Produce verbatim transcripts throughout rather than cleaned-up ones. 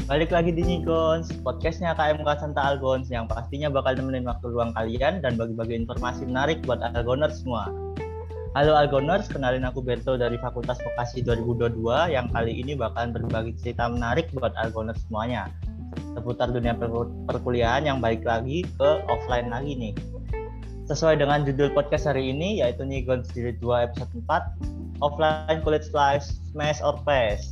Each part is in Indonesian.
Balik lagi di Nigons, podcastnya K M K Santa Algons yang pastinya bakal nemenin waktu luang kalian dan bagi-bagi informasi menarik buat Algoners semua. Halo Algoners, kenalin aku Berto dari Fakultas Vokasi dua ribu dua puluh dua yang kali ini bakalan berbagi cerita menarik buat Algoners semuanya seputar dunia per- perkuliahan yang balik lagi ke offline lagi nih. Sesuai dengan judul podcast hari ini yaitu Nigons Jilid dua episode empat, Offline College Life, Smash or Pass.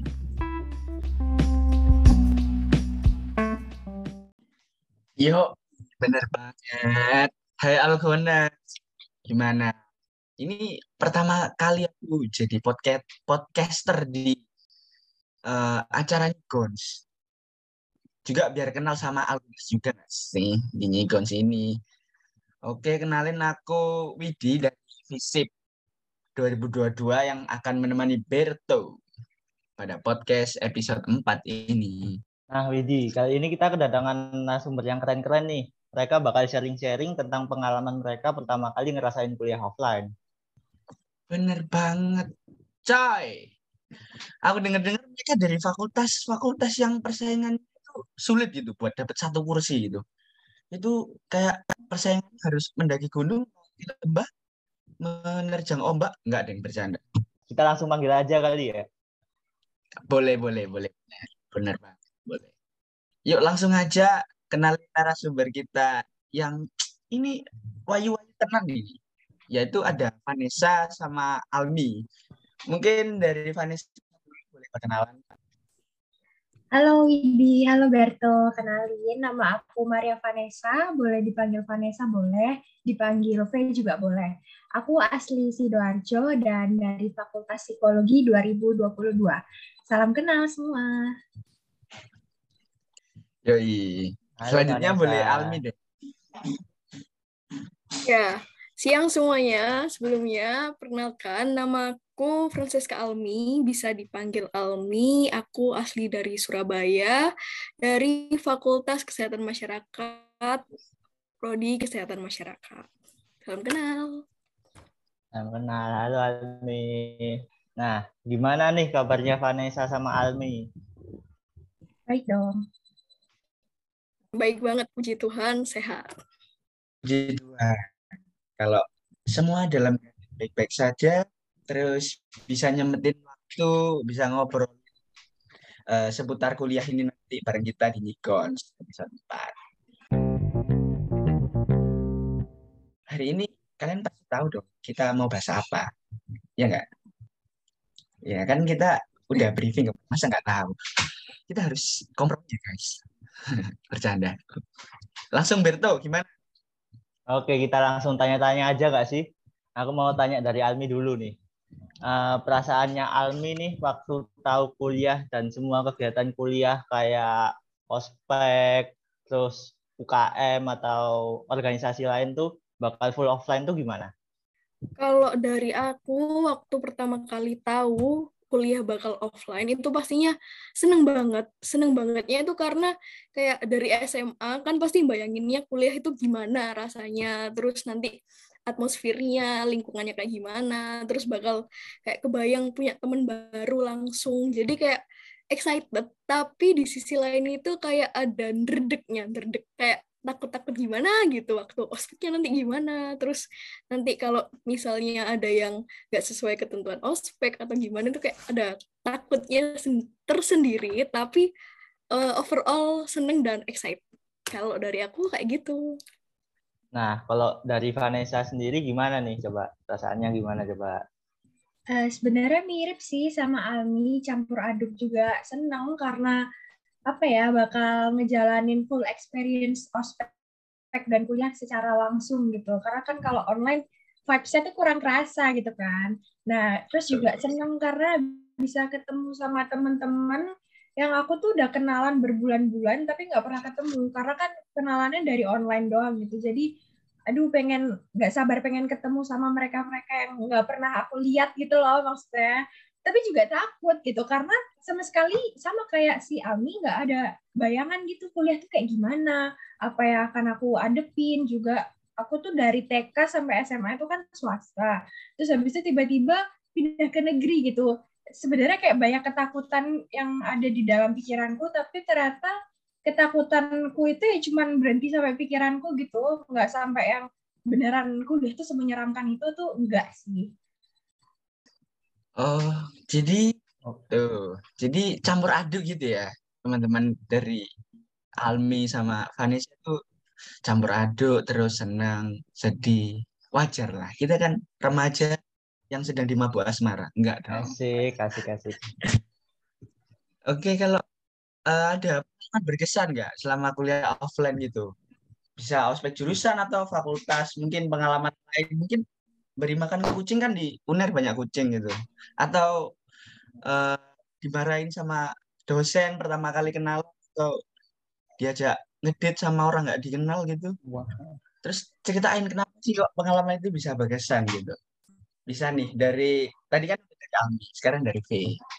Yo, bener banget. Hai Algoners, gimana? Ini pertama kali aku jadi podcast podcaster di uh, acara Nigons. Juga biar kenal sama Algoners juga nggak sih di Nigons ini. Oke, kenalin aku Widi dari Visip dua ribu dua puluh dua yang akan menemani Berto pada podcast episode empat ini. Nah, Widi, kali ini kita kedatangan narasumber yang keren-keren nih. Mereka bakal sharing-sharing tentang pengalaman mereka pertama kali ngerasain kuliah offline. Bener banget, coy. Aku dengar-dengar mereka dari fakultas-fakultas yang persaingan itu sulit gitu buat dapat satu kursi gitu. Itu kayak persaingan harus mendaki gunung, di lembah, menerjang ombak. Enggak ada yang bercanda. Kita langsung panggil aja kali ya. Boleh, boleh, boleh. Bener banget, boleh. Yuk langsung aja kenalin narasumber kita yang ini wayu-wayu tenang nih. Yaitu ada Vanessa sama Almi. Mungkin dari Vanessa boleh perkenalan. Halo Widi, halo Berto, kenalin nama aku Maria Vanessa, boleh dipanggil Vanessa boleh, dipanggil V juga boleh. Aku asli Sidoarjo dan dari Fakultas Psikologi dua ribu dua puluh dua. Salam kenal semua. Yoi. Halo, Selanjutnya Vanessa. boleh Almi deh. Ya, siang semuanya. Sebelumnya, perkenalkan, namaku Francesca Almi, bisa dipanggil Almi. Aku asli dari Surabaya, dari Fakultas Kesehatan Masyarakat, Prodi Kesehatan Masyarakat. Salam kenal. Salam kenal. Halo, Almi. Nah, gimana nih kabarnya Vanessa sama Almi? Baik dong. Baik banget, puji Tuhan, sehat. Puji Tuhan. Kalau semua dalam keadaan baik-baik saja, terus bisa nyempetin waktu, bisa ngobrol eh, seputar kuliah ini nanti bareng kita di Nikons episode empat. Hari ini kalian pasti tahu dong kita mau bahas apa, ya nggak? Ya kan kita udah briefing, masa nggak tahu? Kita harus kompromi ya guys. Bercanda. Langsung Berto, gimana? Oke, kita langsung tanya-tanya aja gak sih? Aku mau tanya dari Almi dulu nih. Uh, perasaannya Almi nih waktu tahu kuliah dan semua kegiatan kuliah kayak ospek, terus U K M atau organisasi lain tuh bakal full offline tuh gimana? Kalau dari aku, waktu pertama kali tahu kuliah bakal offline, itu pastinya seneng banget. Seneng bangetnya itu karena kayak dari S M A, kan pasti bayanginnya kuliah itu gimana rasanya, terus nanti atmosfernya, lingkungannya kayak gimana, terus bakal kayak kebayang punya teman baru langsung. Jadi kayak excited, tapi di sisi lain itu kayak ada derdeknya, derdek kayak takut-takut gimana gitu waktu ospeknya nanti gimana, terus nanti kalau misalnya ada yang nggak sesuai ketentuan ospek atau gimana itu kayak ada takutnya tersendiri, tapi uh, overall seneng dan excited. Kalau dari aku kayak gitu. Nah, kalau dari Vanessa sendiri gimana nih? Coba perasaannya gimana coba? Uh, sebenarnya mirip sih sama Almi, campur aduk juga senang karena apa ya bakal ngejalanin full experience ospek dan kuliah secara langsung gitu. Karena kan kalau online vibes-nya tuh kurang kerasa gitu kan. Nah, terus juga seneng karena bisa ketemu sama teman-teman yang aku tuh udah kenalan berbulan-bulan tapi nggak pernah ketemu. Karena kan kenalannya dari online doang gitu. Jadi, aduh pengen, nggak sabar pengen ketemu sama mereka-mereka yang nggak pernah aku lihat gitu loh maksudnya. Tapi juga takut gitu karena sama sekali sama kayak si Ami nggak ada bayangan gitu kuliah tuh kayak gimana, apa yang akan aku adepin juga. Aku tuh dari T K sampai S M A itu kan swasta, terus habis itu tiba-tiba pindah ke negeri gitu. sebenarnya kayak banyak ketakutan yang ada di dalam pikiranku, tapi ternyata ketakutanku itu ya cuman berhenti sampai pikiranku gitu, nggak sampai yang beneran kuliah itu semenyeramkan itu tuh enggak sih. Oh, jadi Oke. tuh, jadi campur aduk gitu ya, teman-teman dari Almi sama Vanessa tuh campur aduk, terus senang, sedih. Wajar lah, kita kan remaja yang sedang dimabuk asmara. Enggak dong. Asik, asik, asik. Oke, kalau eh, ada pengalaman berkesan nggak selama kuliah offline gitu? Bisa ospek jurusan atau fakultas, mungkin pengalaman lain, mungkin beri makan kucing kan di UNER banyak kucing gitu. Atau eh, dimarahin sama dosen pertama kali kenal, atau diajak ngedate sama orang nggak dikenal gitu. Wah. Terus ceritain kenapa sih kok pengalaman itu bisa berkesan gitu. Bisa nih dari tadi kan dari Almi, sekarang dari V.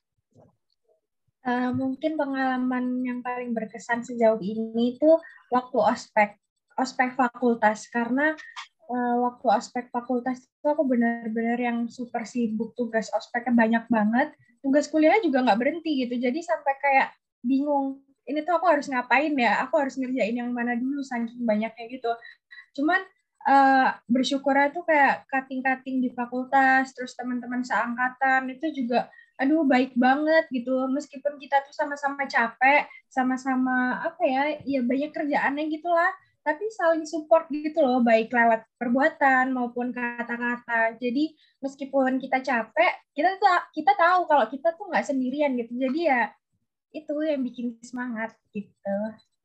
Uh, mungkin pengalaman yang paling berkesan sejauh ini tuh waktu ospek, ospek fakultas. Karena uh, waktu ospek fakultas itu aku benar-benar yang super sibuk, tugas ospeknya banyak banget. Tugas kuliahnya juga nggak berhenti gitu. Jadi sampai kayak bingung, ini tuh aku harus ngapain ya? Aku harus ngerjain yang mana dulu saking banyaknya gitu. Cuman uh, bersyukurnya tuh kayak cutting-cutting di fakultas, terus teman-teman seangkatan itu juga aduh baik banget gitu, meskipun kita tuh sama-sama capek, sama-sama apa ya, ya banyak kerjaannya gitulah, tapi saling support gitu loh, baik lewat perbuatan maupun kata-kata. Jadi meskipun kita capek, kita kita tahu kalau kita tuh nggak sendirian gitu. Jadi ya itu yang bikin semangat gitu.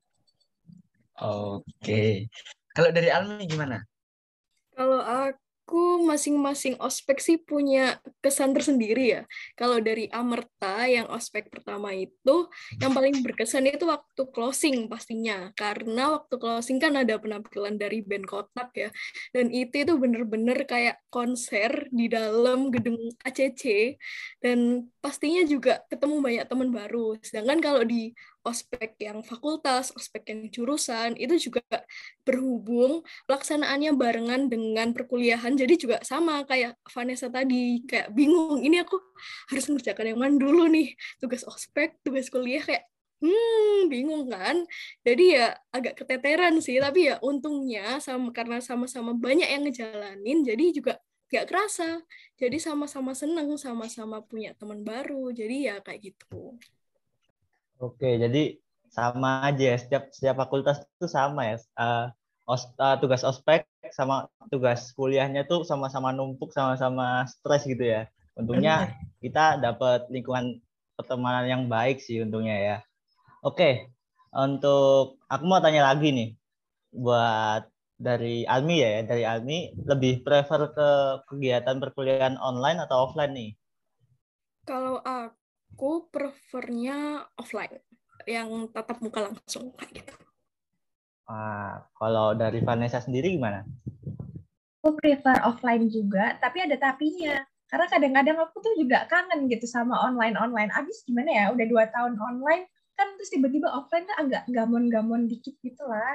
Oke. Kalau dari Almi gimana? Kalau aku masing-masing ospek sih punya kesan tersendiri ya. Kalau dari Amerta yang ospek pertama itu, yang paling berkesan itu waktu closing pastinya. Karena waktu closing kan ada penampilan dari band Kotak ya. Dan itu itu bener-bener kayak konser di dalam gedung A C C. Dan pastinya juga ketemu banyak teman baru. Sedangkan kalau di ospek yang fakultas, ospek yang jurusan, itu juga berhubung pelaksanaannya barengan dengan perkuliahan, jadi juga sama kayak Vanessa tadi, kayak bingung, ini aku harus mengerjakan yang mana dulu nih, tugas ospek, tugas kuliah, kayak hmm bingung kan, jadi ya agak keteteran sih, tapi ya untungnya sama karena sama-sama banyak yang ngejalanin, jadi juga gak kerasa, jadi sama-sama seneng, sama-sama punya teman baru, jadi ya kayak gitu. Oke, jadi sama aja ya. Setiap setiap fakultas itu sama ya. Uh, os, uh, tugas ospek sama tugas kuliahnya tuh sama-sama numpuk, sama-sama stres gitu ya. Untungnya Benar. kita dapat lingkungan pertemanan yang baik sih untungnya ya. Oke, untuk aku mau tanya lagi nih, buat dari Almi ya, dari Almi lebih prefer ke kegiatan perkuliahan online atau offline nih? Kalau aku prefernya offline, yang tatap muka langsung kayak gitu. Nah, kalau dari Vanessa sendiri gimana? Aku prefer offline juga, tapi ada tapinya. Karena kadang-kadang aku tuh juga kangen gitu sama online-online. Abis gimana ya, udah dua tahun online, kan terus tiba-tiba offline kan agak gamon-gamon dikit gitu lah.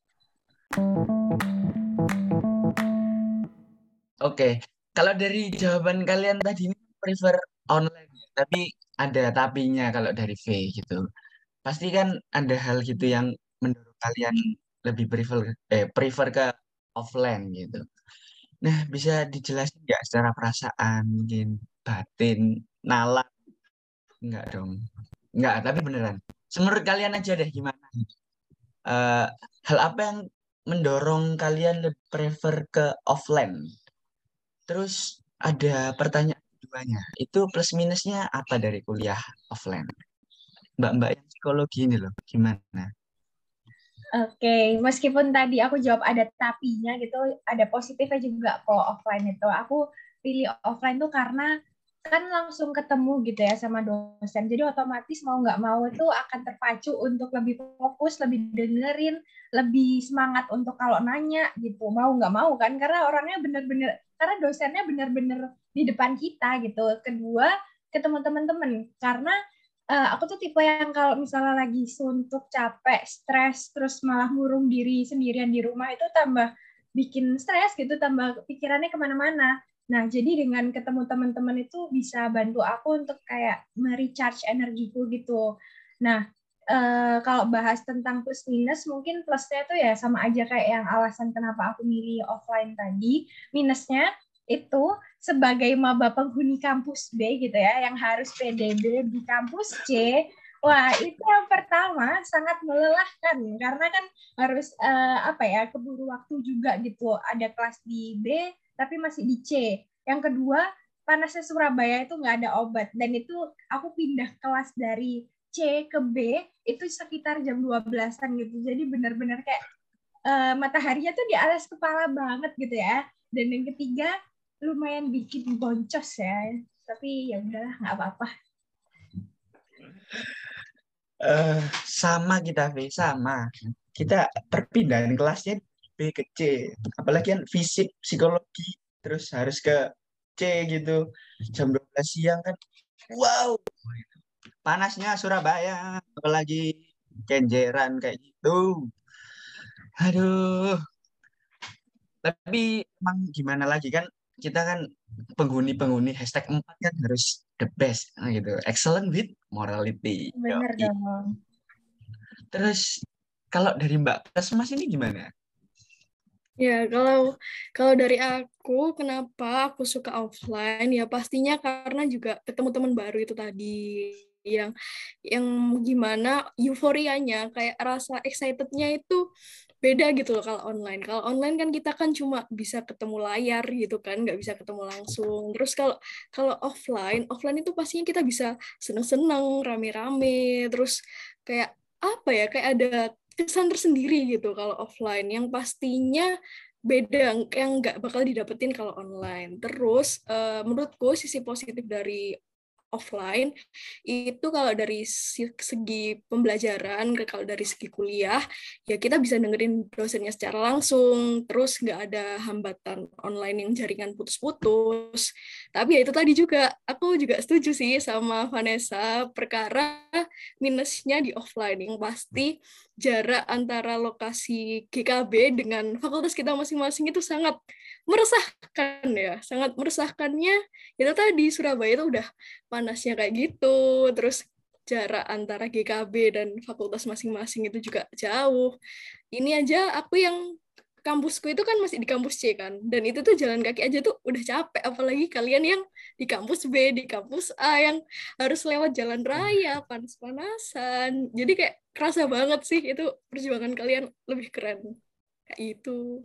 Oke. Kalau dari jawaban kalian tadi ini prefer online, tapi ada tapinya kalau dari V gitu. Pasti kan ada hal gitu yang mendorong kalian lebih prefer eh prefer ke offline gitu. Nah, bisa dijelasin nggak secara perasaan, mungkin batin, nalar? Enggak dong. Enggak, tapi beneran. Menurut kalian aja deh gimana? Eh, hal apa yang mendorong kalian lebih prefer ke offline? Terus ada pertanyaan keduanya. Itu plus minusnya apa dari kuliah offline? Mbak-mbak yang psikologi ini loh, gimana? Oke, meskipun tadi aku jawab ada tapinya gitu, ada positifnya juga kalau offline itu. Aku pilih offline tuh karena kan langsung ketemu gitu ya sama dosen. Jadi otomatis mau nggak mau itu akan terpacu untuk lebih fokus, lebih dengerin, lebih semangat untuk kalau nanya gitu. Mau nggak mau kan, karena orangnya bener-bener, karena dosennya bener-bener di depan kita gitu. Kedua, ketemu teman-teman. Karena uh, aku tuh tipe yang kalau misalnya lagi suntuk, capek, stres, terus malah ngurung diri sendirian di rumah itu tambah bikin stres gitu, tambah pikirannya kemana-mana. Nah, jadi dengan ketemu teman-teman itu bisa bantu aku untuk kayak merecharge energiku gitu. Nah, eh, kalau bahas tentang plus minus, mungkin plusnya itu ya sama aja kayak yang alasan kenapa aku milih offline tadi. Minusnya itu sebagai maba penghuni kampus B gitu ya, yang harus P D B di kampus C, wah itu yang pertama sangat melelahkan karena kan harus eh, apa ya keburu waktu juga gitu. Ada kelas di B tapi masih di C. Yang kedua, panasnya Surabaya itu nggak ada obat dan itu aku pindah kelas dari C ke B itu sekitar jam dua belasan gitu. Jadi benar-benar kayak uh, mataharinya tuh di atas kepala banget gitu ya. Dan yang ketiga, lumayan bikin boncos ya. Tapi ya udahlah, nggak apa-apa. Eh, sama kita, V, sama. Kita perpindahan kelasnya B ke C. Apalagi kan fisik, psikologi, terus harus ke C gitu. Jam dua belas siang kan. Wow, panasnya Surabaya. Apalagi kenjeran kayak gitu. Aduh, tapi emang gimana lagi kan kita kan penghuni-penghuni hashtag empat kan harus the best nah, gitu. Excellent with morality. Bener Yoi. dong. Terus kalau dari Mbak Kesmas ini gimana? Ya, kalau kalau dari aku, kenapa aku suka offline? Ya pastinya karena juga ketemu teman baru itu tadi yang yang gimana euforianya, kayak rasa excitednya itu beda gitu loh kalau online. Kalau online kan kita kan cuma bisa ketemu layar gitu kan, nggak bisa ketemu langsung. Terus kalau kalau offline, offline itu pastinya kita bisa seneng-seneng, rame-rame, terus kayak apa ya, kayak ada kesan tersendiri gitu kalau offline yang pastinya beda yang nggak bakal didapetin kalau online. Terus uh, menurutku sisi positif dari offline itu kalau dari segi pembelajaran, kalau dari segi kuliah ya kita bisa dengerin dosennya secara langsung, terus nggak ada hambatan online yang jaringan putus-putus. Tapi ya itu tadi juga aku juga setuju sih sama Vanessa, perkara minusnya di offline yang pasti jarak antara lokasi G K B dengan fakultas kita masing-masing itu sangat meresahkan ya, sangat meresahkannya itu tadi Surabaya itu udah panasnya kayak gitu, terus jarak antara G K B dan fakultas masing-masing itu juga jauh. Ini aja aku yang kampusku itu kan masih di kampus C kan, dan itu tuh jalan kaki aja tuh udah capek, apalagi kalian yang di kampus B, di kampus A yang harus lewat jalan raya, panas-panasan. Jadi kayak kerasa banget sih itu perjuangan kalian lebih keren. Kayak itu.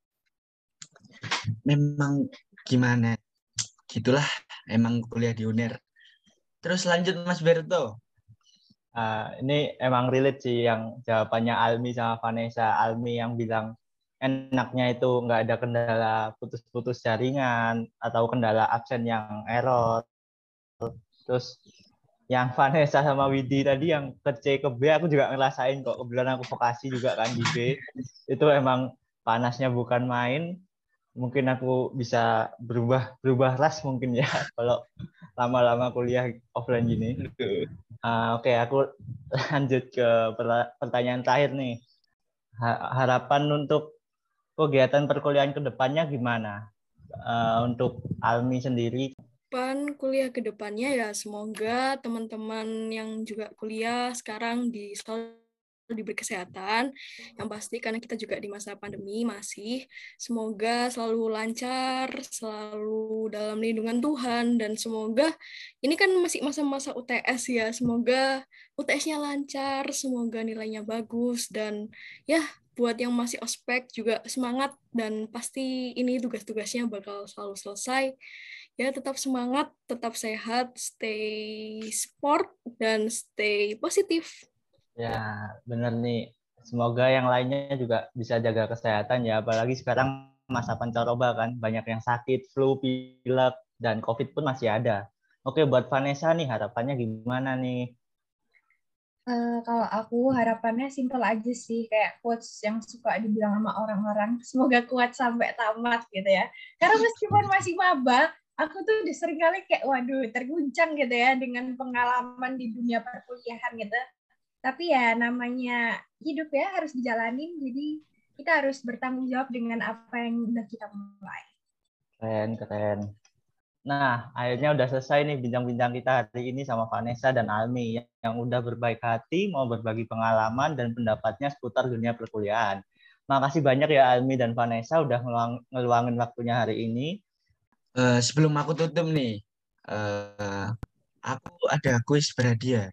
Memang gimana? Gitulah emang kuliah di U N E R. Terus lanjut Mas Berto. Uh, ini emang relate sih yang jawabannya Almi sama Vanessa. Almi yang bilang enaknya itu nggak ada kendala putus-putus jaringan atau kendala absen yang error. Terus yang Vanessa sama Widi tadi yang ke C ke B aku juga ngerasain kok. Kebetulan aku vokasi juga kan di B. Itu emang panasnya bukan main. Mungkin aku bisa berubah berubah ras mungkin ya kalau lama-lama kuliah offline gini. Uh, Oke, okay, aku lanjut ke pertanyaan terakhir nih. Harapan untuk kegiatan perkuliahan ke depannya gimana? Uh, untuk Almi sendiri? Harapan kuliah ke depannya ya semoga teman-teman yang juga kuliah sekarang di diberi kesehatan yang pasti karena kita juga di masa pandemi masih, semoga selalu lancar, selalu dalam lindungan Tuhan, dan semoga ini kan masih masa-masa U T S ya, semoga U T S-nya lancar, semoga nilainya bagus, dan ya buat yang masih ospek juga semangat, dan pasti ini tugas-tugasnya bakal selalu selesai. Ya tetap semangat, tetap sehat, stay sport, dan stay positif. Ya, bener nih. Semoga yang lainnya juga bisa jaga kesehatan ya. Apalagi sekarang masa pancaroba kan. Banyak yang sakit, flu, pilek, dan COVID pun masih ada. Oke, buat Vanessa nih, harapannya gimana nih? Uh, kalau aku harapannya simpel aja sih. Kayak quotes yang suka dibilang sama orang-orang. Semoga kuat sampai tamat gitu ya. Karena meskipun masih maba, aku tuh udah sering kali kayak, waduh, terguncang gitu ya dengan pengalaman di dunia perkuliahan gitu. Tapi ya namanya hidup ya harus dijalanin, jadi kita harus bertanggung jawab dengan apa yang udah kita mulai. Keren, keren. Nah, akhirnya udah selesai nih bincang-bincang kita hari ini sama Vanessa dan Almi yang, yang udah berbaik hati mau berbagi pengalaman dan pendapatnya seputar dunia perkuliahan. Makasih banyak ya Almi dan Vanessa udah ngeluang, ngeluangin waktunya hari ini. Uh, sebelum aku tutup nih, uh, aku ada kuis berhadiah.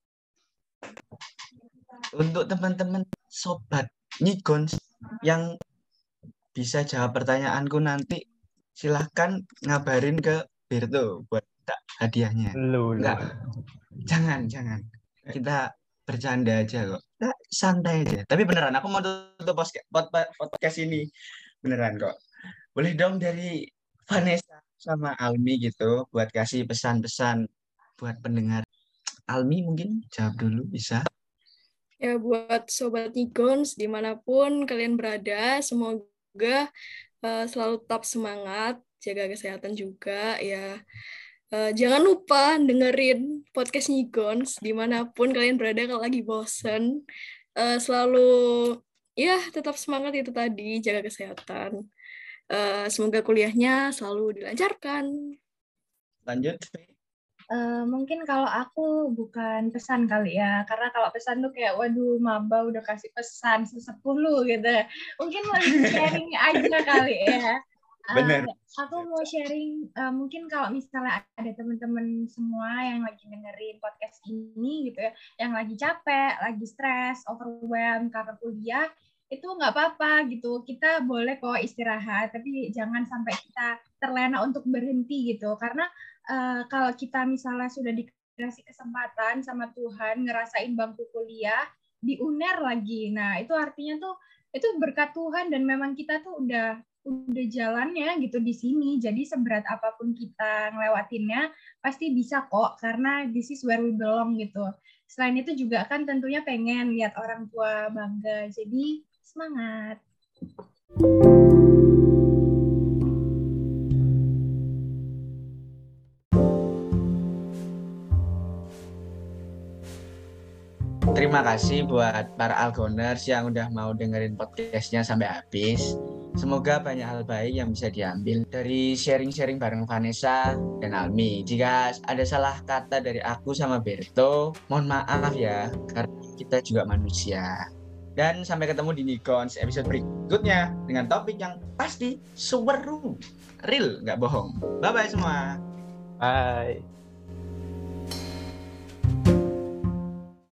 Untuk teman-teman sobat Nyigons yang bisa jawab pertanyaanku nanti, silahkan ngabarin ke Berto buat tak hadiahnya. Lu, lu. Enggak, jangan, jangan. Kita bercanda aja kok. Nah, santai aja. Tapi beneran, aku mau tutup podcast ini. Beneran kok. Boleh dong dari Vanessa sama Almi gitu, buat kasih pesan-pesan buat pendengar. Almi mungkin jawab dulu, bisa? Ya, buat Sobat Nyigons, dimanapun kalian berada, semoga uh, selalu tetap semangat, jaga kesehatan juga, ya. Uh, jangan lupa dengerin podcast Nyigons, dimanapun kalian berada kalau lagi bosen. Uh, selalu, ya, tetap semangat itu tadi, jaga kesehatan. Uh, semoga kuliahnya selalu dilancarkan. Lanjut. Uh, mungkin kalau aku bukan pesan kali ya, karena kalau pesan tuh kayak waduh maba udah kasih pesan sepuluh gitu. Mungkin lebih sharing aja kali ya. Bener. Uh, aku mau sharing, uh, mungkin kalau misalnya ada teman-teman semua yang lagi dengerin podcast ini gitu ya, yang lagi capek, lagi stres, overwhelmed karena kuliah, itu nggak apa-apa gitu. Kita boleh kok istirahat, tapi jangan sampai kita terlena untuk berhenti gitu. Karena Uh, kalau kita misalnya sudah dikasih kesempatan sama Tuhan ngerasain bangku kuliah di U N E R lagi, nah itu artinya tuh itu berkat Tuhan dan memang kita tuh udah udah jalannya gitu di sini. Jadi seberat apapun kita ngelewatinnya pasti bisa kok, karena this is where we belong gitu. Selain itu juga kan tentunya pengen lihat orang tua bangga. Jadi semangat. Terima kasih buat para Algoners yang udah mau dengerin podcastnya sampai habis. Semoga banyak hal baik yang bisa diambil dari sharing-sharing bareng Vanessa dan Almi. Jika ada salah kata dari aku sama Berto, mohon maaf ya, karena kita juga manusia. Dan sampai ketemu di Nyigons episode berikutnya dengan topik yang pasti seru, real, nggak bohong. Bye-bye semua. Bye.